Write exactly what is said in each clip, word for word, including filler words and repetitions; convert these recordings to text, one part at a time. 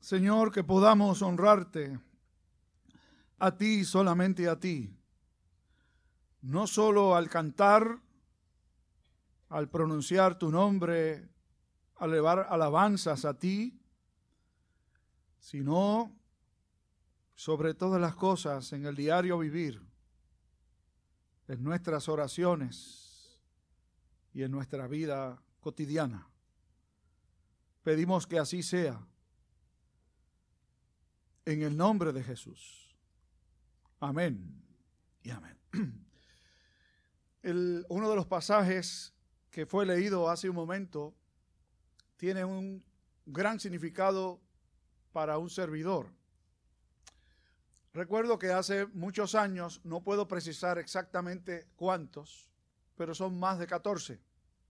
Señor, que podamos honrarte a ti, solamente a ti, no solo al cantar, al pronunciar tu nombre, al elevar alabanzas a ti, sino sobre todas las cosas en el diario vivir, en nuestras oraciones y en nuestra vida cotidiana. Pedimos que así sea, en el nombre de Jesús. Amén y amén. El, uno de los pasajes que fue leído hace un momento tiene un gran significado para un servidor. Recuerdo que hace muchos años, no puedo precisar exactamente cuántos, pero son más de catorce.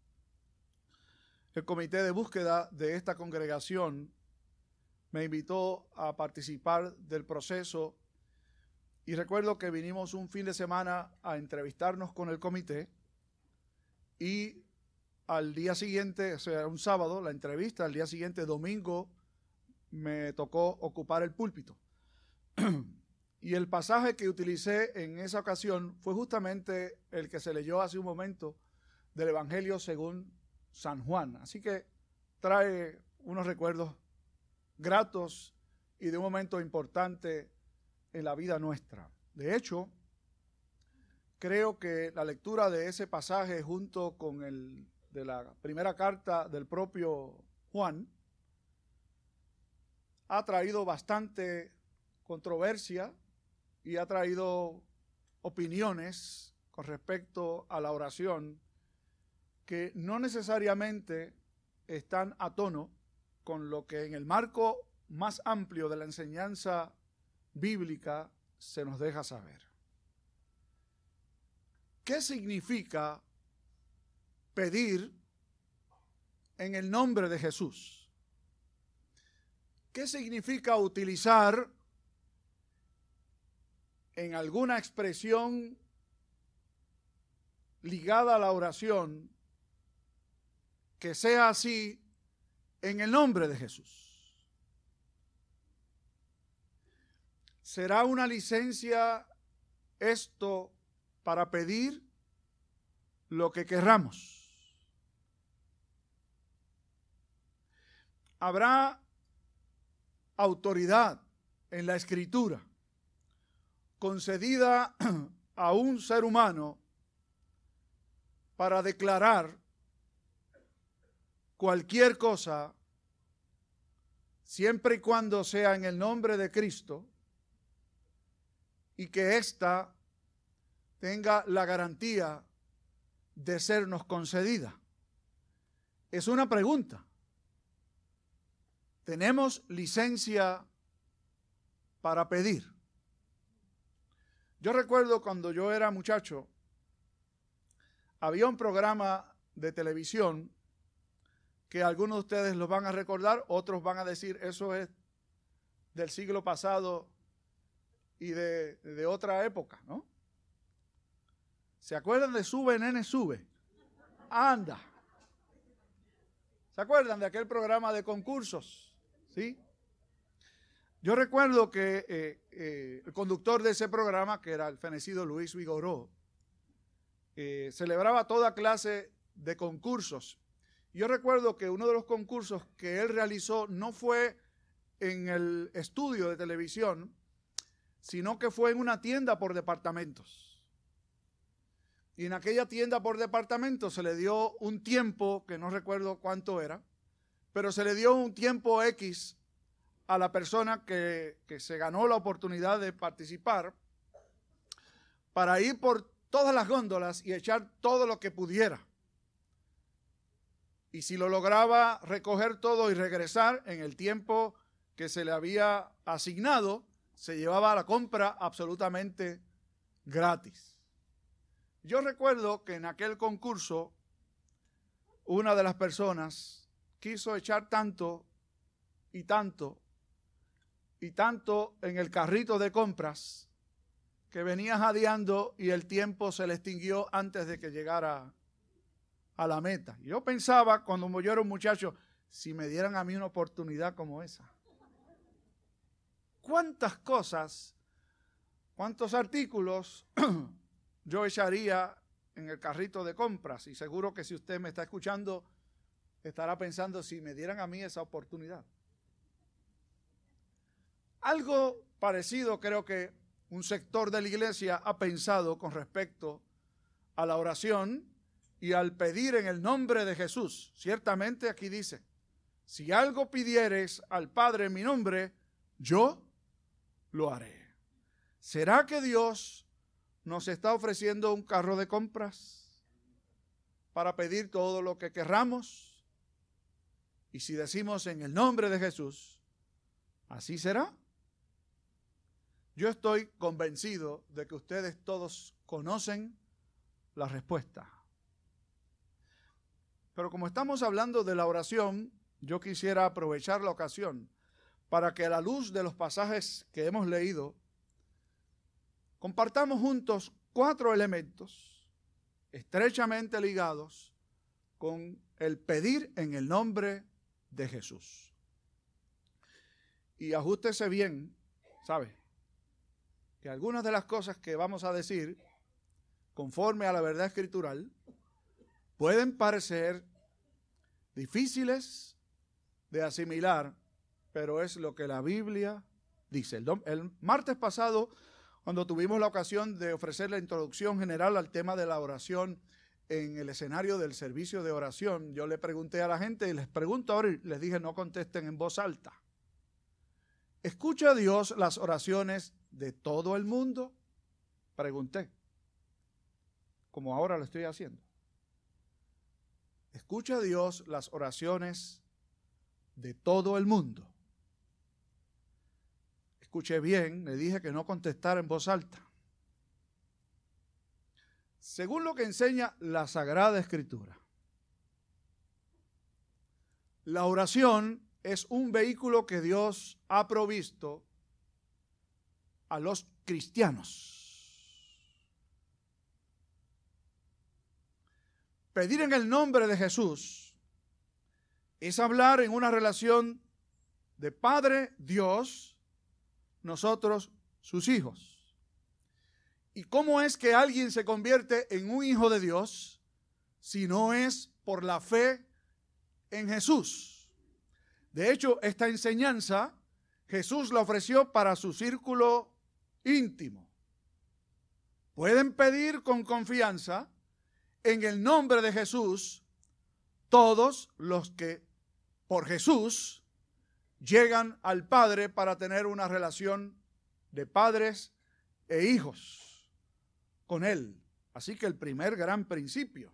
El comité de búsqueda de esta congregación me invitó a participar del proceso y recuerdo que vinimos un fin de semana a entrevistarnos con el comité y al día siguiente, o sea, un sábado, la entrevista, al día siguiente, domingo, me tocó ocupar el púlpito. Y el pasaje que utilicé en esa ocasión fue justamente el que se leyó hace un momento del Evangelio según San Juan. Así que trae unos recuerdos gratos y de un momento importante en la vida nuestra. De hecho, creo que la lectura de ese pasaje junto con el de la primera carta del propio Juan ha traído bastante controversia y ha traído opiniones con respecto a la oración que no necesariamente están a tono con lo que en el marco más amplio de la enseñanza bíblica se nos deja saber. ¿Qué significa pedir en el nombre de Jesús? ¿Qué significa utilizar en alguna expresión ligada a la oración que sea así en el nombre de Jesús? ¿Será una licencia esto para pedir lo que querramos? ¿Habrá autoridad en la Escritura concedida a un ser humano para declarar cualquier cosa siempre y cuando sea en el nombre de Cristo y que ésta tenga la garantía de sernos concedida? Es una pregunta. ¿Tenemos licencia para pedir? Yo recuerdo cuando yo era muchacho, había un programa de televisión que algunos de ustedes lo van a recordar, otros van a decir eso es del siglo pasado y de, de otra época, ¿no? ¿Se acuerdan de Sube, Nene, Sube? Anda. ¿Se acuerdan de aquel programa de concursos? ¿Sí? Yo recuerdo que eh, eh, el conductor de ese programa, que era el fenecido Luis Vigoró, eh, celebraba toda clase de concursos. Yo recuerdo que uno de los concursos que él realizó no fue en el estudio de televisión, sino que fue en una tienda por departamentos. Y en aquella tienda por departamentos se le dio un tiempo, que no recuerdo cuánto era, pero se le dio un tiempo X a la persona que, que se ganó la oportunidad de participar para ir por todas las góndolas y echar todo lo que pudiera. Y si lo lograba recoger todo y regresar en el tiempo que se le había asignado, se llevaba la compra absolutamente gratis. Yo recuerdo que en aquel concurso una de las personas quiso echar tanto y tanto y tanto en el carrito de compras que venía jadeando y el tiempo se le extinguió antes de que llegara a la meta. Yo pensaba cuando yo era un muchacho, si me dieran a mí una oportunidad como esa. cuántas cosas, cuántos artículos yo echaría en el carrito de compras. Y seguro que si usted me está escuchando, estará pensando si me dieran a mí esa oportunidad. Algo parecido creo que un sector de la iglesia ha pensado con respecto a la oración y al pedir en el nombre de Jesús. Ciertamente aquí dice, si algo pidieres al Padre en mi nombre, yo lo haré. ¿Será que Dios nos está ofreciendo un carro de compras para pedir todo lo que querramos? Y si decimos en el nombre de Jesús, ¿así será? Yo estoy convencido de que ustedes todos conocen la respuesta. Pero como estamos hablando de la oración, yo quisiera aprovechar la ocasión para que a la luz de los pasajes que hemos leído, compartamos juntos cuatro elementos estrechamente ligados con el pedir en el nombre de Jesús. Y ajústese bien, ¿sabe? Que algunas de las cosas que vamos a decir, conforme a la verdad escritural, pueden parecer difíciles de asimilar, pero es lo que la Biblia dice. El, el martes pasado, cuando tuvimos la ocasión de ofrecer la introducción general al tema de la oración en el escenario del servicio de oración, yo le pregunté a la gente y les pregunto ahora y les dije no contesten en voz alta. ¿Escucha Dios las oraciones de todo el mundo? Pregunté, como ahora lo estoy haciendo. ¿Escucha Dios las oraciones de todo el mundo? Escuché bien, le dije que no contestara en voz alta. Según lo que enseña la Sagrada Escritura, la oración es un vehículo que Dios ha provisto a los cristianos. Pedir en el nombre de Jesús es hablar en una relación de Padre, Dios, nosotros, sus hijos. ¿Y cómo es que alguien se convierte en un hijo de Dios si no es por la fe en Jesús? De hecho, esta enseñanza Jesús la ofreció para su círculo íntimo. Pueden pedir con confianza en el nombre de Jesús todos los que por Jesús llegan al Padre para tener una relación de padres e hijos con Él. Así que el primer gran principio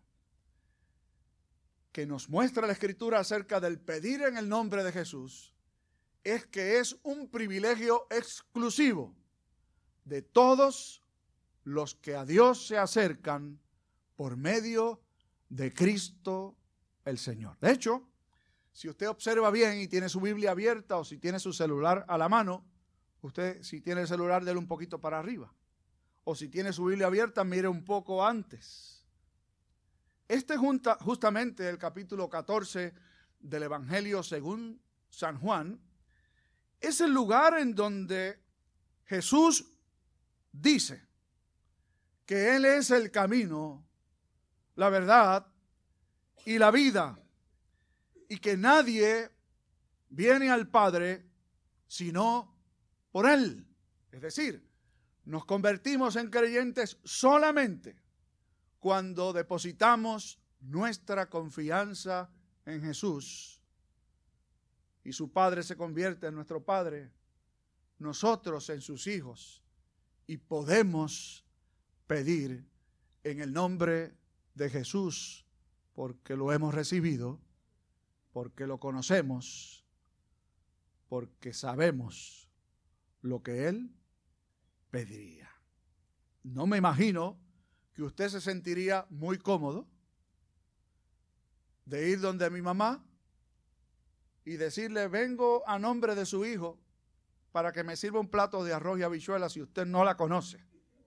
que nos muestra la Escritura acerca del pedir en el nombre de Jesús es que es un privilegio exclusivo de todos los que a Dios se acercan por medio de Cristo el Señor. De hecho, si usted observa bien y tiene su Biblia abierta o si tiene su celular a la mano, usted si tiene el celular déle un poquito para arriba. O si tiene su Biblia abierta, mire un poco antes. Este es justamente el capítulo catorce del Evangelio según San Juan. Es el lugar en donde Jesús dice que Él es el camino, la verdad y la vida, y que nadie viene al Padre sino por Él. Es decir, nos convertimos en creyentes solamente cuando depositamos nuestra confianza en Jesús y su Padre se convierte en nuestro Padre, nosotros en sus hijos, y podemos pedir en el nombre de Jesús porque lo hemos recibido, porque lo conocemos, porque sabemos lo que Él pediría. No me imagino que usted se sentiría muy cómodo de ir donde mi mamá y decirle, vengo a nombre de su hijo para que me sirva un plato de arroz y habichuelas si usted no la conoce.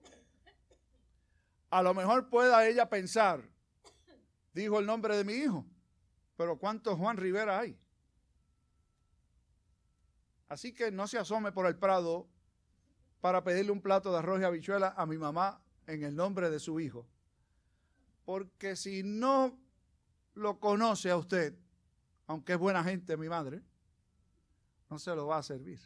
A lo mejor pueda ella pensar, dijo el nombre de mi hijo, pero ¿cuántos Juan Rivera hay? Así que no se asome por el prado para pedirle un plato de arroz y habichuela a mi mamá en el nombre de su hijo. Porque si no lo conoce a usted, aunque es buena gente mi madre, no se lo va a servir.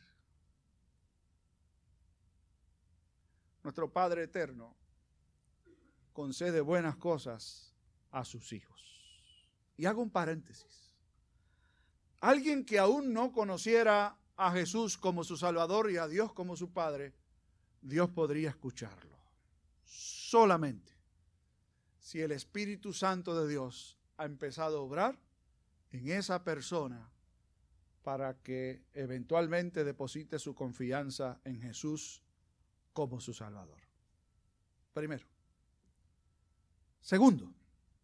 Nuestro Padre Eterno concede buenas cosas a sus hijos. Y hago un paréntesis. Alguien que aún no conociera a Jesús como su Salvador y a Dios como su Padre, Dios podría escucharlo. Solamente si el Espíritu Santo de Dios ha empezado a obrar en esa persona para que eventualmente deposite su confianza en Jesús como su Salvador. Primero. Segundo,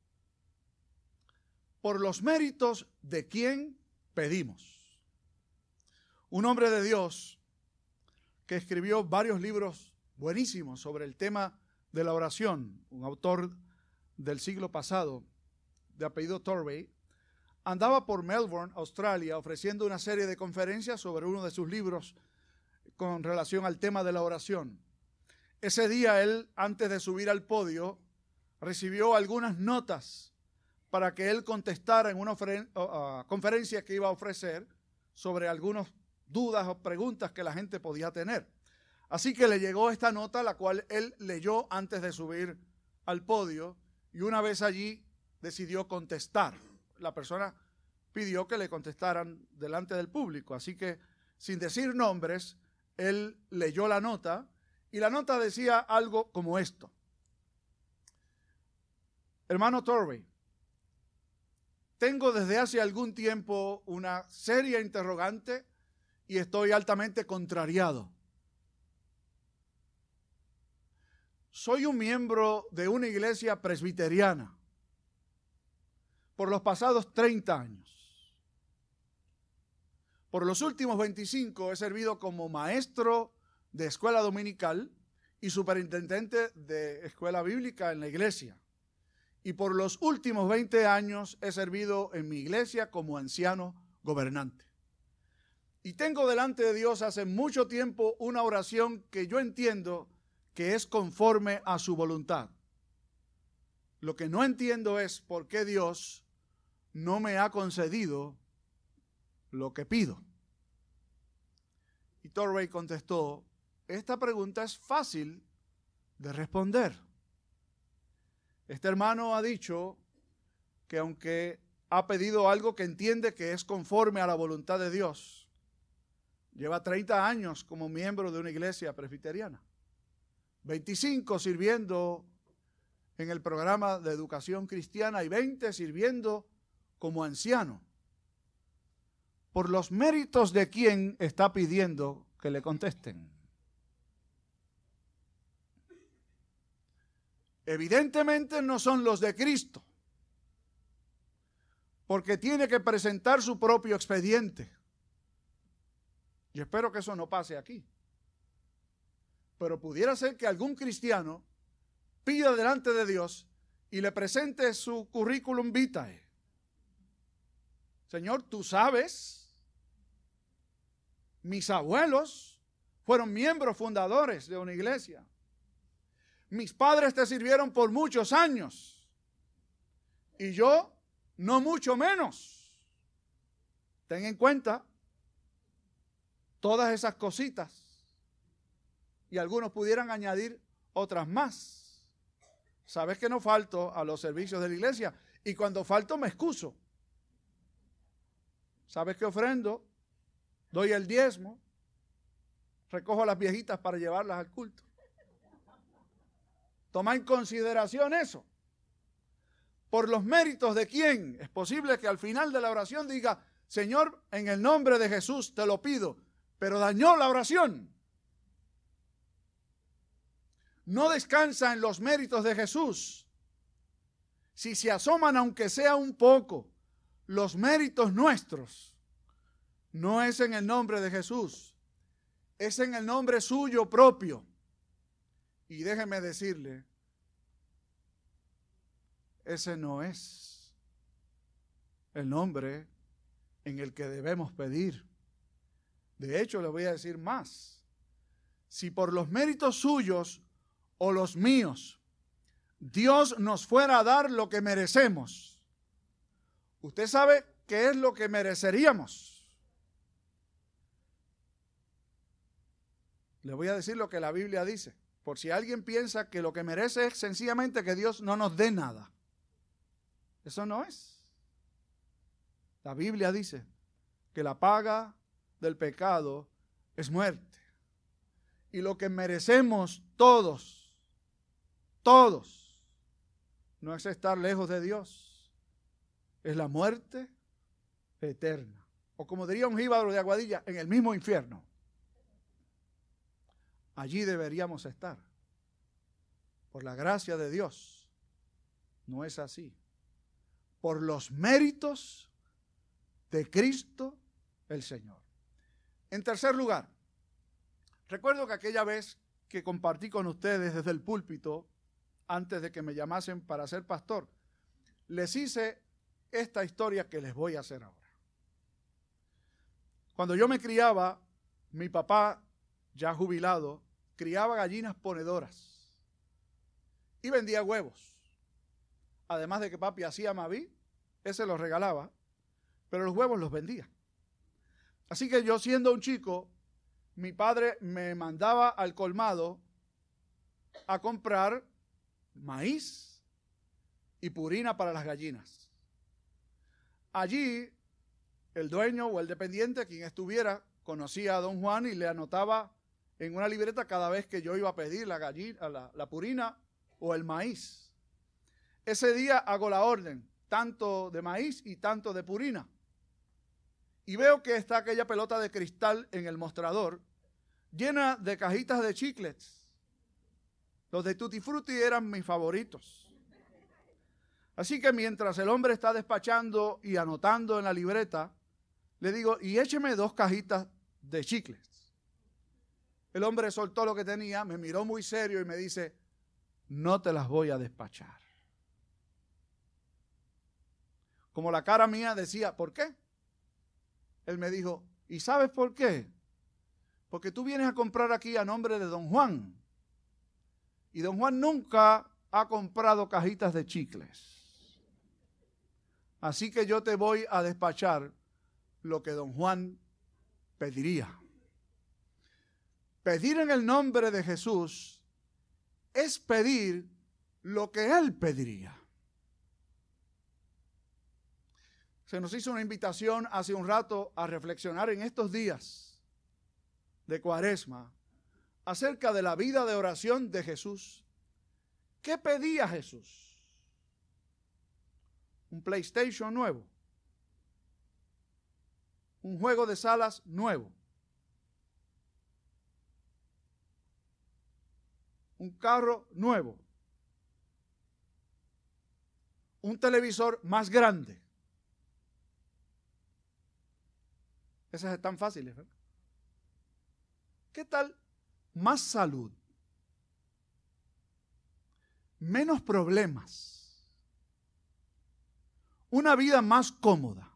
por los méritos de quien pedimos. Un hombre de Dios que escribió varios libros buenísimos sobre el tema de la oración, un autor del siglo pasado, de apellido Torrey, andaba por Melbourne, Australia, ofreciendo una serie de conferencias sobre uno de sus libros con relación al tema de la oración. Ese día él, antes de subir al podio, recibió algunas notas para que él contestara en una uh, conferencia que iba a ofrecer sobre algunas dudas o preguntas que la gente podía tener. Así que le llegó esta nota, la cual él leyó antes de subir al podio, y una vez allí decidió contestar. La persona pidió que le contestaran delante del público, así que sin decir nombres, él leyó la nota, y la nota decía algo como esto. Hermano Torrey, tengo desde hace algún tiempo una seria interrogante y estoy altamente contrariado. Soy un miembro de una iglesia presbiteriana por los pasados treinta años. Por los últimos veinticinco he servido como maestro de escuela dominical y superintendente de escuela bíblica en la iglesia. Y por los últimos veinte años he servido en mi iglesia como anciano gobernante. Y tengo delante de Dios hace mucho tiempo una oración que yo entiendo que es conforme a su voluntad. Lo que no entiendo es por qué Dios no me ha concedido lo que pido. Y Torrey contestó, esta pregunta es fácil de responder. Este hermano ha dicho que aunque ha pedido algo que entiende que es conforme a la voluntad de Dios, lleva treinta años como miembro de una iglesia presbiteriana, veinticinco sirviendo en el programa de educación cristiana y veinte sirviendo como anciano. Por los méritos de quien está pidiendo que le contesten. Evidentemente no son los de Cristo, porque tiene que presentar su propio expediente. Y espero que eso no pase aquí. Pero pudiera ser que algún cristiano pida delante de Dios y le presente su currículum vitae. Señor, tú sabes, mis abuelos fueron miembros fundadores de una iglesia. Mis padres te sirvieron por muchos años y yo no mucho menos. Ten en cuenta todas esas cositas y algunos pudieran añadir otras más. Sabes que no falto a los servicios de la iglesia y cuando falto me excuso. Sabes que ofrendo, doy el diezmo, recojo a las viejitas para llevarlas al culto. Toma en consideración eso. Por los méritos de quién, es posible que al final de la oración diga, Señor, en el nombre de Jesús te lo pido, pero dañó la oración. No descansa en los méritos de Jesús. Si se asoman, aunque sea un poco, los méritos nuestros, no es en el nombre de Jesús, es en el nombre suyo propio. Y déjeme decirle, ese no es el nombre en el que debemos pedir. De hecho, le voy a decir más. Si por los méritos suyos o los míos, Dios nos fuera a dar lo que merecemos, usted sabe qué es lo que mereceríamos. Le voy a decir lo que la Biblia dice, por si alguien piensa que lo que merece es sencillamente que Dios no nos dé nada. Eso no es. La Biblia dice que la paga del pecado es muerte. Y lo que merecemos todos, todos, no es estar lejos de Dios, es la muerte eterna. O como diría un jíbaro de Aguadilla, en el mismo infierno. Allí deberíamos estar. Por la gracia de Dios, no es así. Por los méritos de Cristo el Señor. En tercer lugar, recuerdo que aquella vez que compartí con ustedes desde el púlpito, antes de que me llamasen para ser pastor, les hice esta historia que les voy a hacer ahora. Cuando yo me criaba, mi papá, ya jubilado, criaba gallinas ponedoras y vendía huevos. Además de que papi hacía Maví, ese los regalaba, pero los huevos los vendía. Así que yo, siendo un chico, mi padre me mandaba al colmado a comprar maíz y purina para las gallinas. Allí, el dueño o el dependiente, quien estuviera, conocía a don Juan y le anotaba en una libreta cada vez que yo iba a pedir la gallina, la, la purina o el maíz. Ese día hago la orden, tanto de maíz y tanto de purina. Y veo que está aquella pelota de cristal en el mostrador, llena de cajitas de chiclets. Los de Tutti Frutti eran mis favoritos. Así que mientras el hombre está despachando y anotando en la libreta, le digo, y écheme dos cajitas de chiclets. El hombre soltó lo que tenía, me miró muy serio y me dice, no te las voy a despachar. Como la cara mía decía, ¿por qué? Él me dijo, ¿y sabes por qué? Porque tú vienes a comprar aquí a nombre de don Juan. Y don Juan nunca ha comprado cajitas de chicles. Así que yo te voy a despachar lo que don Juan pediría. Pedir en el nombre de Jesús es pedir lo que él pediría. Se nos hizo una invitación hace un rato a reflexionar en estos días de Cuaresma acerca de la vida de oración de Jesús. ¿Qué pedía Jesús? ¿Un PlayStation nuevo? ¿Un juego de salas nuevo? ¿Un carro nuevo? ¿Un televisor más grande? Esas están fáciles, ¿verdad? ¿Qué tal más salud? Menos problemas. Una vida más cómoda.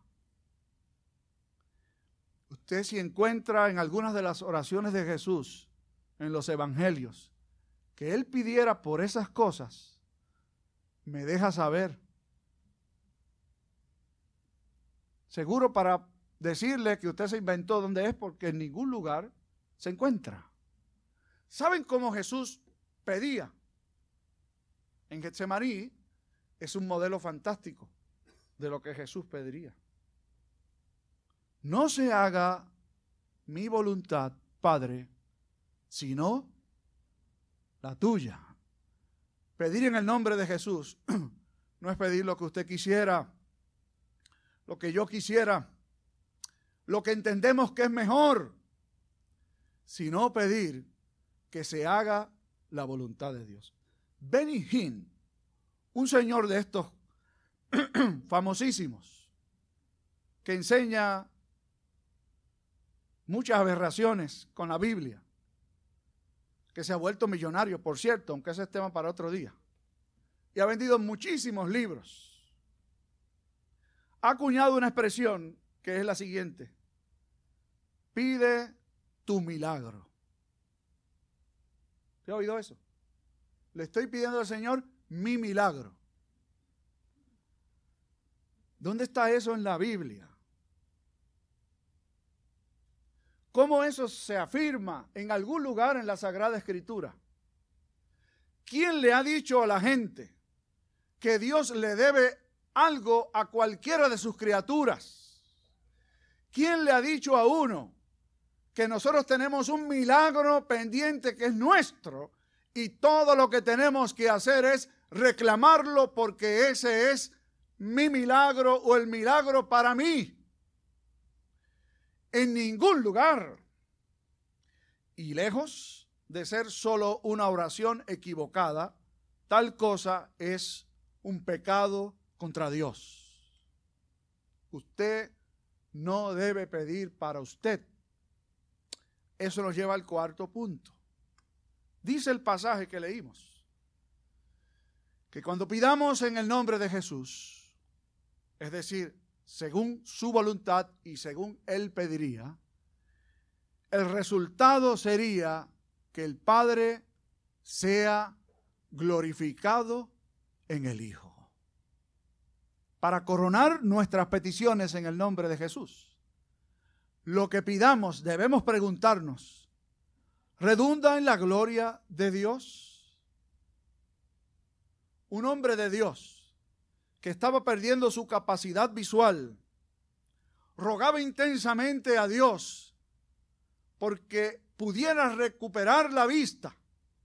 Usted, si encuentra en algunas de las oraciones de Jesús, en los evangelios, que él pidiera por esas cosas, me deja saber. Seguro para decirle que usted se inventó dónde es, porque en ningún lugar se encuentra. ¿Saben cómo Jesús pedía? En Getsemaní es un modelo fantástico de lo que Jesús pediría. No se haga mi voluntad, Padre, sino la tuya. Pedir en el nombre de Jesús no es pedir lo que usted quisiera, lo que yo quisiera, lo que entendemos que es mejor, sino pedir que se haga la voluntad de Dios. Benny Hinn, un señor de estos famosísimos, que enseña muchas aberraciones con la Biblia, que se ha vuelto millonario, por cierto, aunque ese es tema para otro día, y ha vendido muchísimos libros, ha acuñado una expresión que es la siguiente: pide tu milagro. ¿Te ha oído eso? Le estoy pidiendo al Señor mi milagro. ¿Dónde está eso en la Biblia? ¿Cómo eso se afirma en algún lugar en la Sagrada Escritura? ¿Quién le ha dicho a la gente que Dios le debe algo a cualquiera de sus criaturas? ¿Quién le ha dicho a uno que nosotros tenemos un milagro pendiente que es nuestro y todo lo que tenemos que hacer es reclamarlo porque ese es mi milagro o el milagro para mí? En ningún lugar. Y lejos de ser solo una oración equivocada, tal cosa es un pecado contra Dios. Usted no debe pedir para usted. Eso nos lleva al cuarto punto. Dice el pasaje que leímos, que cuando pidamos en el nombre de Jesús, es decir, según su voluntad y según Él pediría, el resultado sería que el Padre sea glorificado en el Hijo. Para coronar nuestras peticiones en el nombre de Jesús, lo que pidamos debemos preguntarnos, ¿redunda en la gloria de Dios? Un hombre de Dios que estaba perdiendo su capacidad visual, rogaba intensamente a Dios porque pudiera recuperar la vista.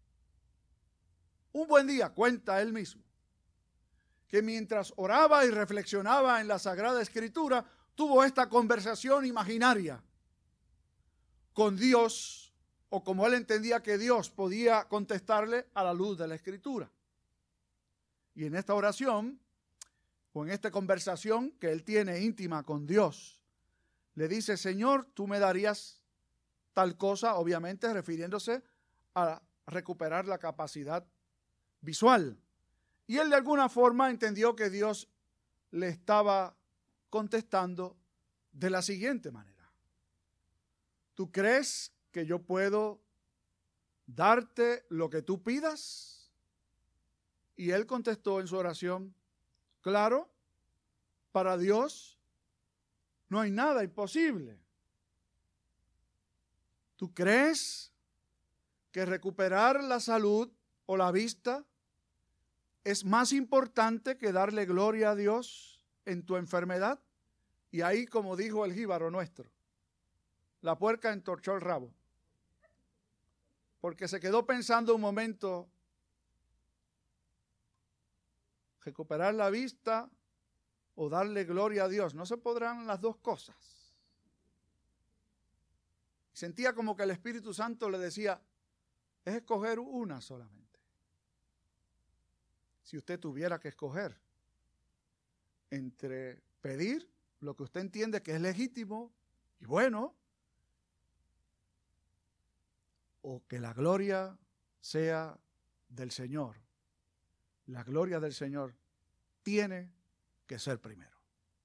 Un buen día, cuenta él mismo, que mientras oraba y reflexionaba en la Sagrada Escritura, tuvo esta conversación imaginaria con Dios, o como él entendía que Dios podía contestarle a la luz de la Escritura. Y en esta oración, o en esta conversación que él tiene íntima con Dios, le dice: Señor, tú me darías tal cosa, obviamente refiriéndose a recuperar la capacidad visual. Y él de alguna forma entendió que Dios le estaba contestando de la siguiente manera: ¿tú crees que yo puedo darte lo que tú pidas? Y él contestó en su oración: claro, para Dios no hay nada imposible. ¿Tú crees que recuperar la salud o la vista es más importante que darle gloria a Dios en tu enfermedad? Y ahí, como dijo el jíbaro nuestro, la puerca entorchó el rabo, porque se quedó pensando un momento: recuperar la vista o darle gloria a Dios, ¿no se podrán las dos cosas? Sentía como que el Espíritu Santo le decía: es escoger una solamente. Si usted tuviera que escoger entre pedir lo que usted entiende que es legítimo y bueno, o que la gloria sea del Señor, la gloria del Señor tiene que ser primero.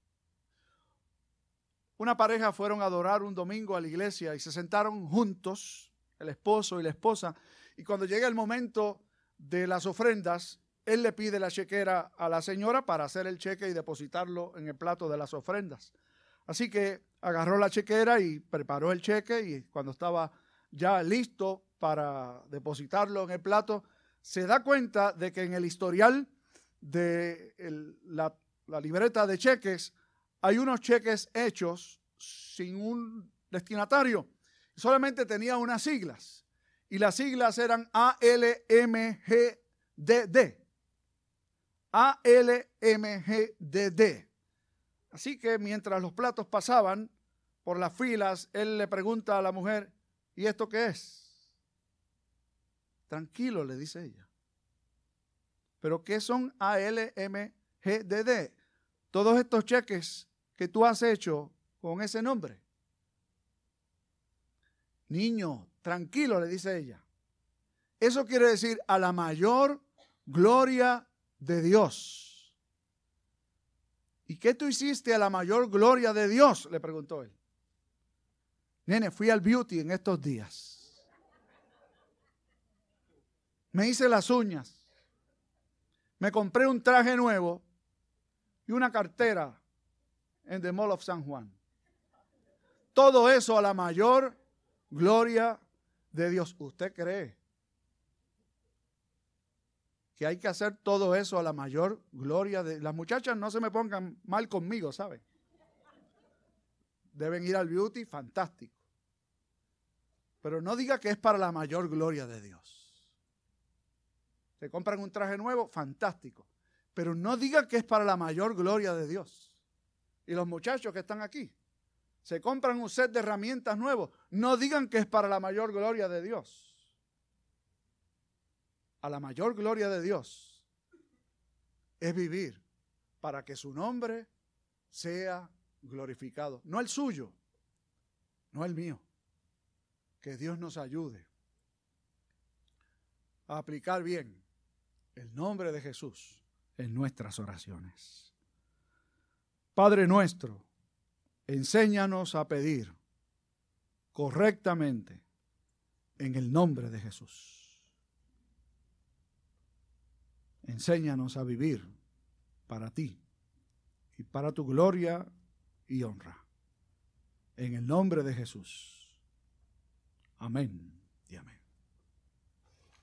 Una pareja fueron a adorar un domingo a la iglesia y se sentaron juntos, el esposo y la esposa, y cuando llega el momento de las ofrendas, él le pide la chequera a la señora para hacer el cheque y depositarlo en el plato de las ofrendas. Así que agarró la chequera y preparó el cheque, y cuando estaba ya listo para depositarlo en el plato, se da cuenta de que en el historial de el, la, la libreta de cheques hay unos cheques hechos sin un destinatario. Solamente tenía unas siglas, y las siglas eran A L M G D D. A L M G D D. Así que mientras los platos pasaban por las filas, él le pregunta a la mujer: ¿y esto qué es? Tranquilo, le dice ella. ¿Pero qué son A L M G D D? Todos estos cheques que tú has hecho con ese nombre. Niño, tranquilo, le dice ella. Eso quiere decir a la mayor gloria de Dios. ¿Y qué tú hiciste a la mayor gloria de Dios?, le preguntó él. Nene, fui al beauty en estos días. Me hice las uñas. Me compré un traje nuevo y una cartera en The Mall of San Juan. Todo eso a la mayor gloria de Dios. ¿Usted cree que hay que hacer todo eso a la mayor gloria de... Las muchachas no se me pongan mal conmigo, ¿saben? Deben ir al beauty, fantástico. Pero no diga que es para la mayor gloria de Dios. Se compran un traje nuevo, fantástico. Pero no diga que es para la mayor gloria de Dios. Y los muchachos que están aquí, se compran un set de herramientas nuevos, no digan que es para la mayor gloria de Dios. A la mayor gloria de Dios es vivir para que su nombre sea glorificado. No el suyo, no el mío. Que Dios nos ayude a aplicar bien el nombre de Jesús en nuestras oraciones. Padre nuestro, enséñanos a pedir correctamente en el nombre de Jesús. Enséñanos a vivir para ti y para tu gloria y honra. En el nombre de Jesús. Amén y amén.